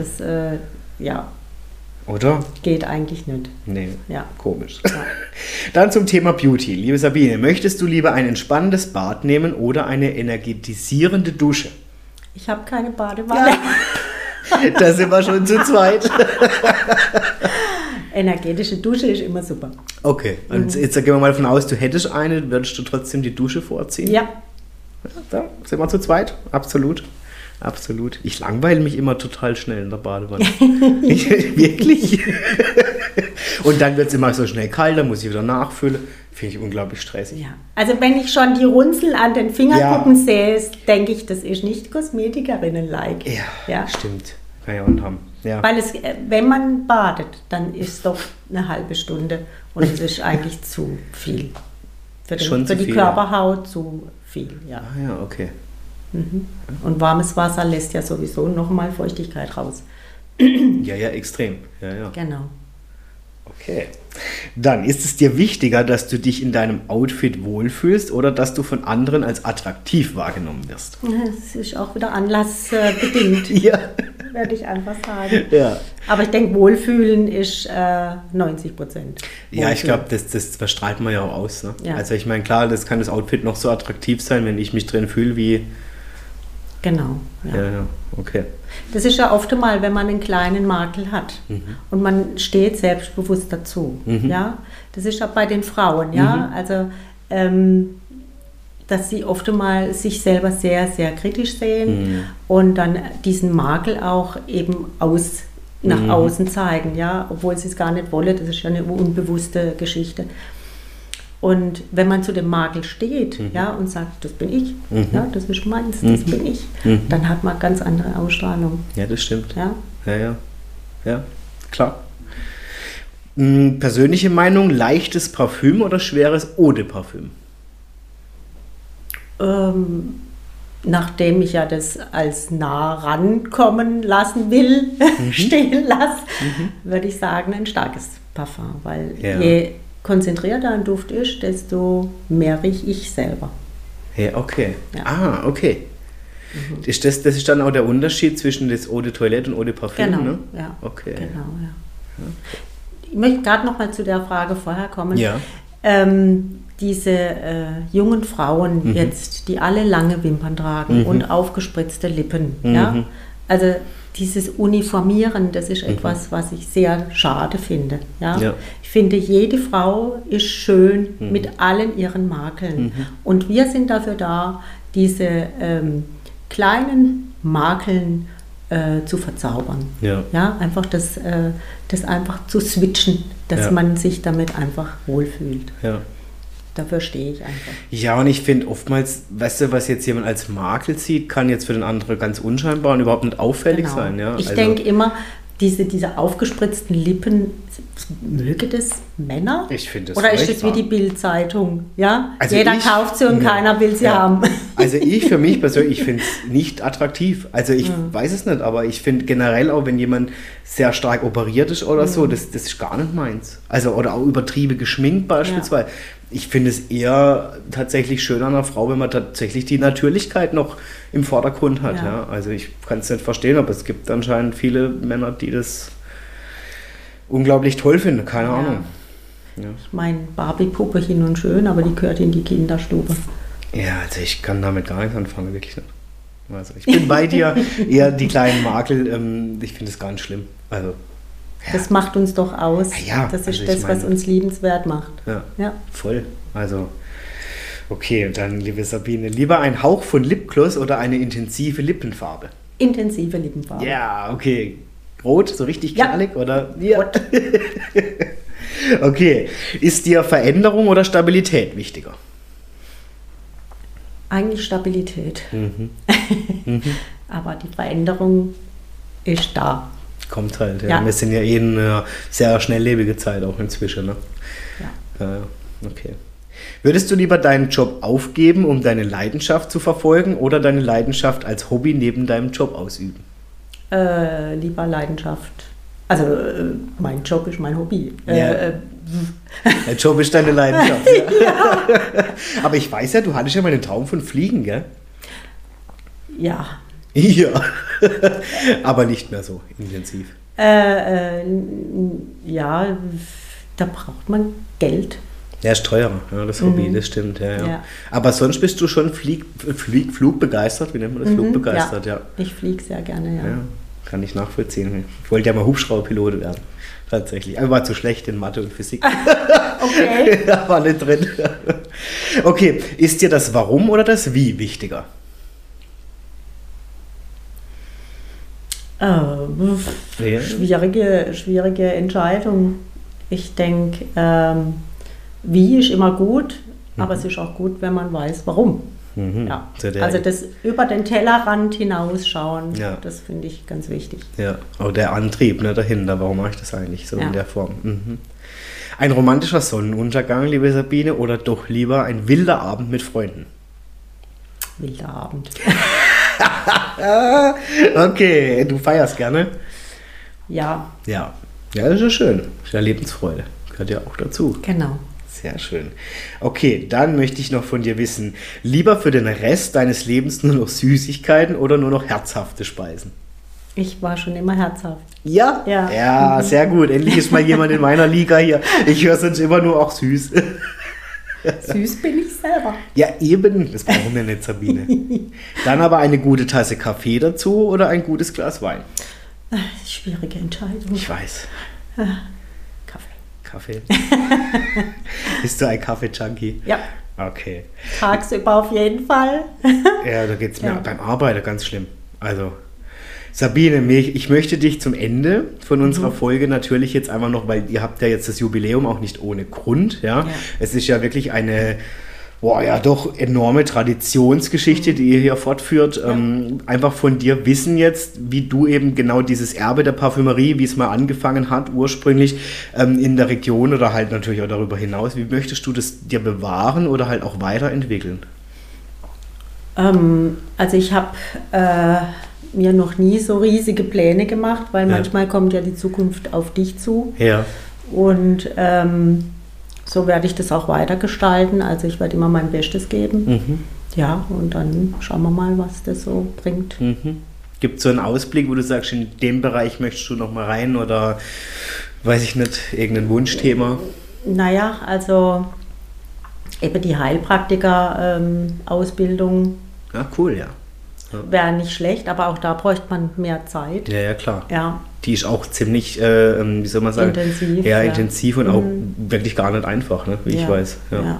Oder? Geht eigentlich nicht. Nee, Ja. komisch. Ja. Dann zum Thema Beauty. Liebe Sabine, möchtest du lieber ein entspannendes Bad nehmen oder eine energetisierende Dusche? Ich habe keine Badewanne. Da sind wir schon zu zweit. Energetische Dusche ist immer super. Okay, und jetzt gehen wir mal davon aus, du hättest eine, würdest du trotzdem die Dusche vorziehen? Ja. Da sind wir zu zweit, absolut. Ich langweile mich immer total schnell in der Badewanne. Wirklich? Und dann wird es immer so schnell kalt, dann muss ich wieder nachfüllen. Finde ich unglaublich stressig. Ja. Also wenn ich schon die Runzel an den Fingerkuppen sehe, denke ich, das ist nicht Kosmetikerinnen-like. Ja, stimmt. Kann ja auch haben. Ja. Weil wenn man badet, dann ist doch eine halbe Stunde und es ist eigentlich zu viel. Für die Körperhaut zu viel, ja. Ja, okay. Und warmes Wasser lässt ja sowieso nochmal Feuchtigkeit raus. Ja, extrem. Ja. Genau. Okay. Dann ist es dir wichtiger, dass du dich in deinem Outfit wohlfühlst oder dass du von anderen als attraktiv wahrgenommen wirst? Das ist auch wieder anlassbedingt, würde ich einfach sagen. Ja. Aber ich denke, Wohlfühlen ist 90%. Ja, ich glaube, das verstrahlt man ja auch aus. Ne? Ja. Also ich meine, klar, das kann das Outfit noch so attraktiv sein, wenn ich mich drin fühle wie... Genau. Ja, okay. Das ist ja oft mal, wenn man einen kleinen Makel hat und man steht selbstbewusst dazu. Ja? Das ist ja bei den Frauen, also dass sie oft mal sich selber sehr, sehr kritisch sehen und dann diesen Makel auch eben nach außen zeigen, ja, obwohl sie es gar nicht wollen. Das ist ja eine unbewusste Geschichte. Und wenn man zu dem Makel steht, ja, und sagt, das bin ich, ja, das ist meins, das bin ich, dann hat man ganz andere Ausstrahlung. Ja, das stimmt. Ja, ja, klar. Persönliche Meinung, leichtes Parfüm oder schweres Eau de Parfüm? Nachdem ich ja das als nah rankommen lassen will, stehen lasse, würde ich sagen, ein starkes Parfum, weil je konzentrierter ein Duft ist, desto mehr rieche ich selber. Ja, okay. Ja. Okay. Das ist dann auch der Unterschied zwischen das Eau de Toilette und Eau de Parfüm, genau, ne? Ja. Okay. Genau, ja. Ich möchte gerade noch mal zu der Frage vorher kommen. Ja. Diese jungen Frauen jetzt, die alle lange Wimpern tragen und aufgespritzte Lippen, ja, also dieses Uniformieren, das ist etwas, was ich sehr schade finde. Ja? Ja. Ich finde, jede Frau ist schön mit allen ihren Makeln. Und wir sind dafür da, diese kleinen Makeln zu verzaubern. Ja. Ja? Einfach das einfach zu switchen, dass man sich damit einfach wohlfühlt. Ja. Dafür stehe ich einfach. Ja, und ich finde oftmals, weißt du, was jetzt jemand als Makel sieht, kann jetzt für den anderen ganz unscheinbar und überhaupt nicht auffällig sein. Ja? Ich denke immer, diese aufgespritzten Lippen, möge das Männer? Ich finde das Oder ist furchtbar. das wie die Bild-Zeitung? Ja? Also Jeder ich- kauft sie und ja. keiner will sie Ja. haben. Also für mich persönlich, ich finde es nicht attraktiv. Also ich weiß es nicht, aber ich finde generell auch, wenn jemand sehr stark operiert ist oder so, das ist gar nicht meins. Also oder auch übertrieben geschminkt beispielsweise. Ich finde es eher tatsächlich schön an einer Frau, wenn man tatsächlich die Natürlichkeit noch im Vordergrund hat. Ja. Ja. Also ich kann es nicht verstehen, aber es gibt anscheinend viele Männer, die das unglaublich toll finden. Keine Ahnung. Ja. Ich meine, Barbie-Puppe hin und schön, aber die gehört in die Kinderstube. Ja, also ich kann damit gar nichts anfangen, wirklich nicht. Also ich bin bei dir, eher die kleinen Makel, ich finde es ganz schlimm. Also, Das macht uns doch aus. Ja, das ist also ich das, was meine- uns liebenswert macht. ja, Ja. voll. Also, okay, dann, liebe Sabine, lieber ein Hauch von Lipgloss oder eine intensive Lippenfarbe? Intensive Lippenfarbe. Ja, okay. Rot, so richtig Ja. knallig, oder? Ja. Okay, ist dir Veränderung oder Stabilität wichtiger? Eigentlich Stabilität. Aber die Veränderung ist da. Kommt halt, ja. Ja. Wir sind ja eh in einer sehr schnelllebige Zeit auch inzwischen, ne? Ja. Okay. Würdest du lieber deinen Job aufgeben, um deine Leidenschaft zu verfolgen oder deine Leidenschaft als Hobby neben deinem Job ausüben? Lieber Leidenschaft. Also mein Job ist mein Hobby. Ja. Der Job ist deine Leidenschaft. Ja. Aber ich weiß ja, du hattest ja mal den Traum von Fliegen, gell? Ja. Ja. Aber nicht mehr so intensiv. Ja, da braucht man Geld. Ja, ist teurer, ja, das Hobby, das stimmt. Ja, ja. Ja. Aber sonst bist du schon flugbegeistert, wie nennt man das? Flugbegeistert, ja. Ich fliege sehr gerne, ja. Ja, kann ich nachvollziehen. Ich wollte ja mal Hubschrauberpilot werden. Tatsächlich. Aber war zu schlecht in Mathe und Physik. Okay. Da war nicht drin. Okay, ist dir das Warum oder das Wie wichtiger? Ja. Schwierige Entscheidung. Ich denke, wie ist immer gut, aber es ist auch gut, wenn man weiß, warum. Ja. Also das über den Tellerrand hinausschauen, Ja. das finde ich ganz wichtig. Ja, auch der Antrieb, ne, dahinter. Warum mache ich das eigentlich so Ja. in der Form? Ein romantischer Sonnenuntergang, liebe Sabine, oder doch lieber ein wilder Abend mit Freunden? Wilder Abend. Okay, du feierst gerne. Ja, Ja, ja, das ist ja schön. Das ist ja Lebensfreude. Gehört ja auch dazu. genau. Sehr schön. Okay, dann möchte ich noch von dir wissen, lieber für den Rest deines Lebens nur noch Süßigkeiten oder nur noch herzhafte Speisen? Ich war schon immer herzhaft. Ja? Ja. Ja, sehr gut. Endlich ist mal jemand in meiner Liga hier. Ich höre sonst immer nur auch süß. Süß bin ich selber. Ja, eben. Das brauchen wir nicht, Sabine. Dann aber eine gute Tasse Kaffee dazu oder ein gutes Glas Wein? Schwierige Entscheidung. Ich weiß. Kaffee. Kaffee. Bist du ein Kaffee-Junkie? Ja, Okay. tagsüber auf jeden Fall. Ja, da geht es mir Ja. beim Arbeiten ganz schlimm. Also Sabine, ich möchte dich zum Ende von unserer Folge natürlich jetzt einfach noch, weil ihr habt ja jetzt das Jubiläum auch nicht ohne Grund, ja. Es ist ja wirklich eine doch enorme Traditionsgeschichte, die ihr hier fortführt. Ja. Einfach von dir wissen jetzt, wie du eben genau dieses Erbe der Parfümerie, wie es mal angefangen hat, ursprünglich in der Region oder halt natürlich auch darüber hinaus, wie möchtest du das dir bewahren oder halt auch weiterentwickeln? Also ich habe mir noch nie so riesige Pläne gemacht, weil manchmal kommt ja die Zukunft auf dich zu. Ja. Und so werde ich das auch weitergestalten. Also ich werde immer mein Bestes geben. Mhm. Ja, und dann schauen wir mal, was das so bringt. Mhm. Gibt es so einen Ausblick, wo du sagst, in dem Bereich möchtest du noch mal rein oder, weiß ich nicht, irgendein Wunschthema? Naja, also eben die Heilpraktiker-Ausbildung. Ja, cool, ja. Wäre nicht schlecht, aber auch da bräuchte man mehr Zeit. Ja, klar. Ja. Die ist auch ziemlich, wie soll man sagen? Intensiv. Ja, intensiv und auch wirklich gar nicht einfach, ne? Wie ich weiß. Ja.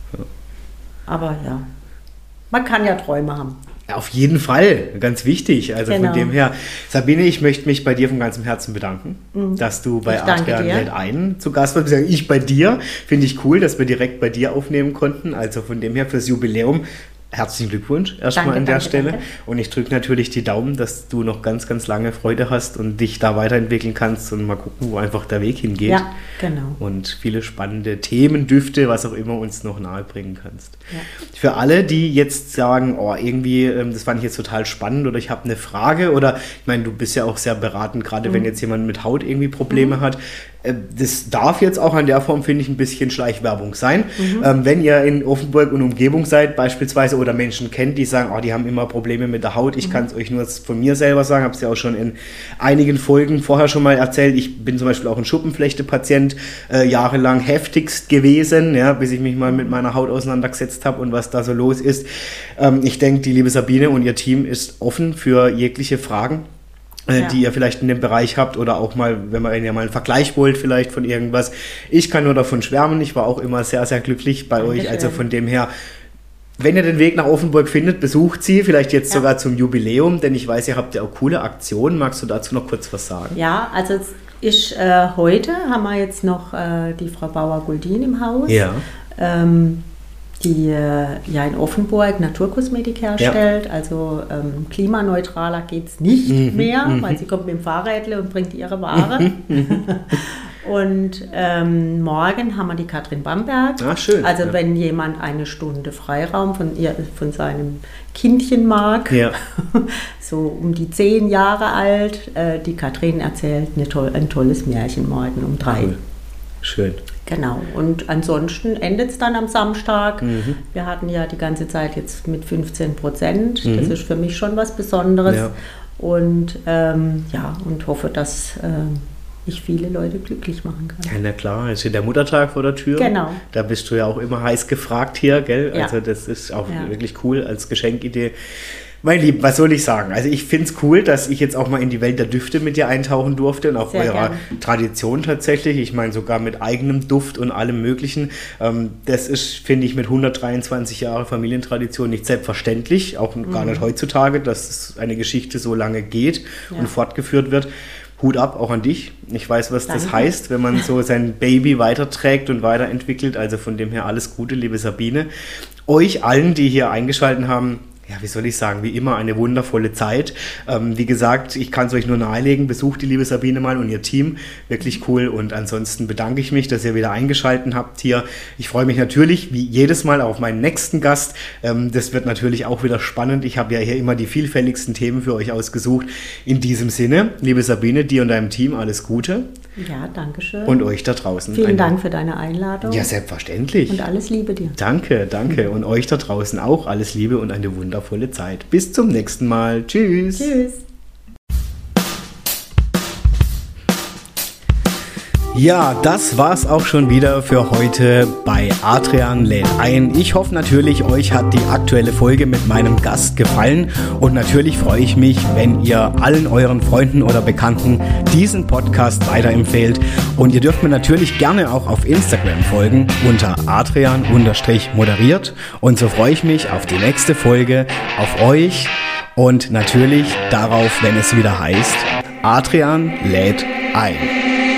Aber ja, man kann ja Träume haben. Ja, auf jeden Fall, ganz wichtig. Also von dem her, Sabine, ich möchte mich bei dir von ganzem Herzen bedanken, dass du bei Adrian Lädt ein zu Gast warst. Ich bei dir, finde ich cool, dass wir direkt bei dir aufnehmen konnten. Also von dem her fürs Jubiläum. Herzlichen Glückwunsch erstmal an der Stelle. Danke. Und ich drücke natürlich die Daumen, dass du noch ganz, ganz lange Freude hast und dich da weiterentwickeln kannst und mal gucken, wo einfach der Weg hingeht. Ja, genau. Und viele spannende Themen, Düfte, was auch immer uns noch nahe bringen kannst. Ja. Für alle, die jetzt sagen, irgendwie, das fand ich jetzt total spannend oder ich habe eine Frage oder, ich meine, du bist ja auch sehr beratend, gerade wenn jetzt jemand mit Haut irgendwie Probleme hat. Das darf jetzt auch an der Form, finde ich, ein bisschen Schleichwerbung sein. Wenn ihr in Offenburg und Umgebung seid, beispielsweise, oder Menschen kennt, die sagen, die haben immer Probleme mit der Haut. Ich kann es euch nur von mir selber sagen, habe es ja auch schon in einigen Folgen vorher schon mal erzählt. Ich bin zum Beispiel auch ein Schuppenflechte-Patient, jahrelang heftigst gewesen, ja, bis ich mich mal mit meiner Haut auseinandergesetzt habe und was da so los ist. Ich denke, die liebe Sabine und ihr Team ist offen für jegliche Fragen, die ihr vielleicht in dem Bereich habt oder auch mal, wenn ihr ja mal einen Vergleich wollt vielleicht von irgendwas. Ich kann nur davon schwärmen. Ich war auch immer sehr, sehr glücklich bei euch. Also von dem her, wenn ihr den Weg nach Offenburg findet, besucht sie, vielleicht jetzt sogar zum Jubiläum, denn ich weiß, ihr habt ja auch coole Aktionen. Magst du dazu noch kurz was sagen? Ja, also heute haben wir jetzt noch die Frau Bauer-Guldin im Haus. Ja. Die in Offenburg Naturkosmetik herstellt, also klimaneutraler geht es nicht mehr, weil sie kommt mit dem Fahrrädle und bringt ihre Ware. Und morgen haben wir die Katrin Bamberg. Ah, schön. Also wenn jemand eine Stunde Freiraum von seinem Kindchen mag, so um die 10 Jahre alt, die Katrin erzählt ein tolles Märchen morgen um 3. Cool. Schön. Genau, und ansonsten endet es dann am Samstag. Wir hatten ja die ganze Zeit jetzt mit 15%. Das ist für mich schon was Besonderes. Ja. Und und hoffe, dass ich viele Leute glücklich machen kann. Ja, na klar, es steht der Muttertag vor der Tür. Genau. Da bist du ja auch immer heiß gefragt hier, gell? Also das ist auch wirklich cool als Geschenkidee. Mein Lieben, was soll ich sagen? Also ich finde es cool, dass ich jetzt auch mal in die Welt der Düfte mit dir eintauchen durfte und auch eurer Tradition tatsächlich. Ich meine sogar mit eigenem Duft und allem Möglichen. Das ist, finde ich, mit 123 Jahren Familientradition nicht selbstverständlich, auch gar nicht heutzutage, dass eine Geschichte so lange geht und fortgeführt wird. Hut ab, auch an dich. Ich weiß, was das heißt, wenn man so sein Baby weiterträgt und weiterentwickelt. Also von dem her alles Gute, liebe Sabine. Euch allen, die hier eingeschaltet haben, wie soll ich sagen, wie immer eine wundervolle Zeit. Wie gesagt, ich kann es euch nur nahelegen, besucht die liebe Sabine mal und ihr Team. Wirklich cool und ansonsten bedanke ich mich, dass ihr wieder eingeschaltet habt hier. Ich freue mich natürlich wie jedes Mal auf meinen nächsten Gast. Das wird natürlich auch wieder spannend. Ich habe ja hier immer die vielfältigsten Themen für euch ausgesucht. In diesem Sinne, liebe Sabine, dir und deinem Team alles Gute. Ja, danke schön. Und euch da draußen. Vielen Dank für deine Einladung. Ja, selbstverständlich. Und alles Liebe dir. Danke, danke. Und euch da draußen auch alles Liebe und eine wundervolle Zeit. Bis zum nächsten Mal. Tschüss. Tschüss. Ja, das war's auch schon wieder für heute bei Adrian lädt ein. Ich hoffe natürlich, euch hat die aktuelle Folge mit meinem Gast gefallen und natürlich freue ich mich, wenn ihr allen euren Freunden oder Bekannten diesen Podcast weiterempfehlt und ihr dürft mir natürlich gerne auch auf Instagram folgen unter Adrian_moderiert und so freue ich mich auf die nächste Folge, auf euch Und natürlich darauf, wenn es wieder heißt, Adrian lädt ein.